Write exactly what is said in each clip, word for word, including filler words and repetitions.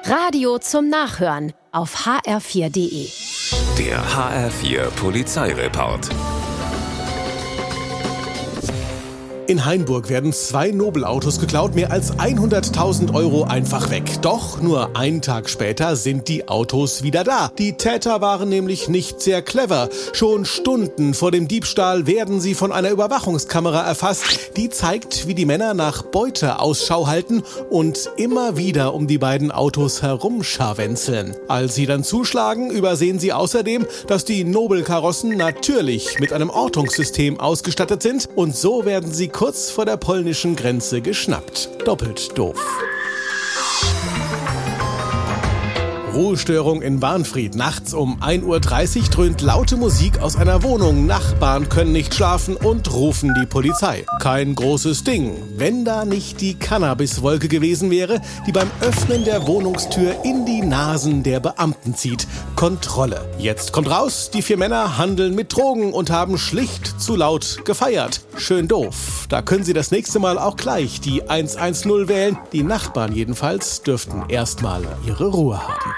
Radio zum Nachhören auf h r vier punkt d e. Der H R vier Polizeireport. In Hainburg werden zwei Nobelautos geklaut, mehr als hunderttausend Euro einfach weg. Doch nur einen Tag später sind die Autos wieder da. Die Täter waren nämlich nicht sehr clever. Schon Stunden vor dem Diebstahl werden sie von einer Überwachungskamera erfasst. Die zeigt, wie die Männer nach Beute Ausschau halten und immer wieder um die beiden Autos herumscharwenzeln. Als sie dann zuschlagen, übersehen sie außerdem, dass die Nobelkarossen natürlich mit einem Ortungssystem ausgestattet sind und so werden sie kurz vor der polnischen Grenze geschnappt. Doppelt doof. Ruhestörung in Wahnfried. Nachts um ein Uhr dreißig dröhnt laute Musik aus einer Wohnung. Nachbarn können nicht schlafen und rufen die Polizei. Kein großes Ding, wenn da nicht die Cannabiswolke gewesen wäre, die beim Öffnen der Wohnungstür in die Nasen der Beamten zieht. Kontrolle. Jetzt kommt raus, die vier Männer handeln mit Drogen und haben schlicht zu laut gefeiert. Schön doof. Da können Sie das nächste Mal auch gleich die hundertzehn wählen. Die Nachbarn jedenfalls dürften erstmal ihre Ruhe haben.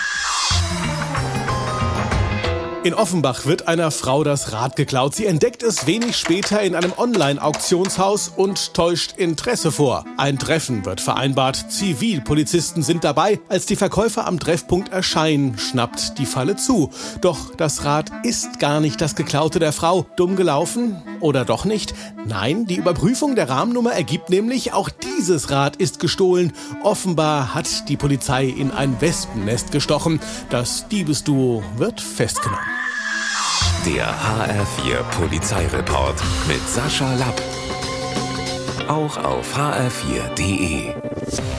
In Offenbach wird einer Frau das Rad geklaut. Sie entdeckt es wenig später in einem Online-Auktionshaus und täuscht Interesse vor. Ein Treffen wird vereinbart. Zivilpolizisten sind dabei. Als die Verkäufer am Treffpunkt erscheinen, schnappt die Falle zu. Doch das Rad ist gar nicht das Geklaute der Frau. Dumm gelaufen? Oder doch nicht? Nein, die Überprüfung der Rahmennummer ergibt nämlich, auch dieses Rad ist gestohlen. Offenbar hat die Polizei in ein Wespennest gestochen. Das Diebesduo wird festgenommen. Der H R vier Polizeireport mit Sascha Lapp. Auch auf h r vier punkt d e.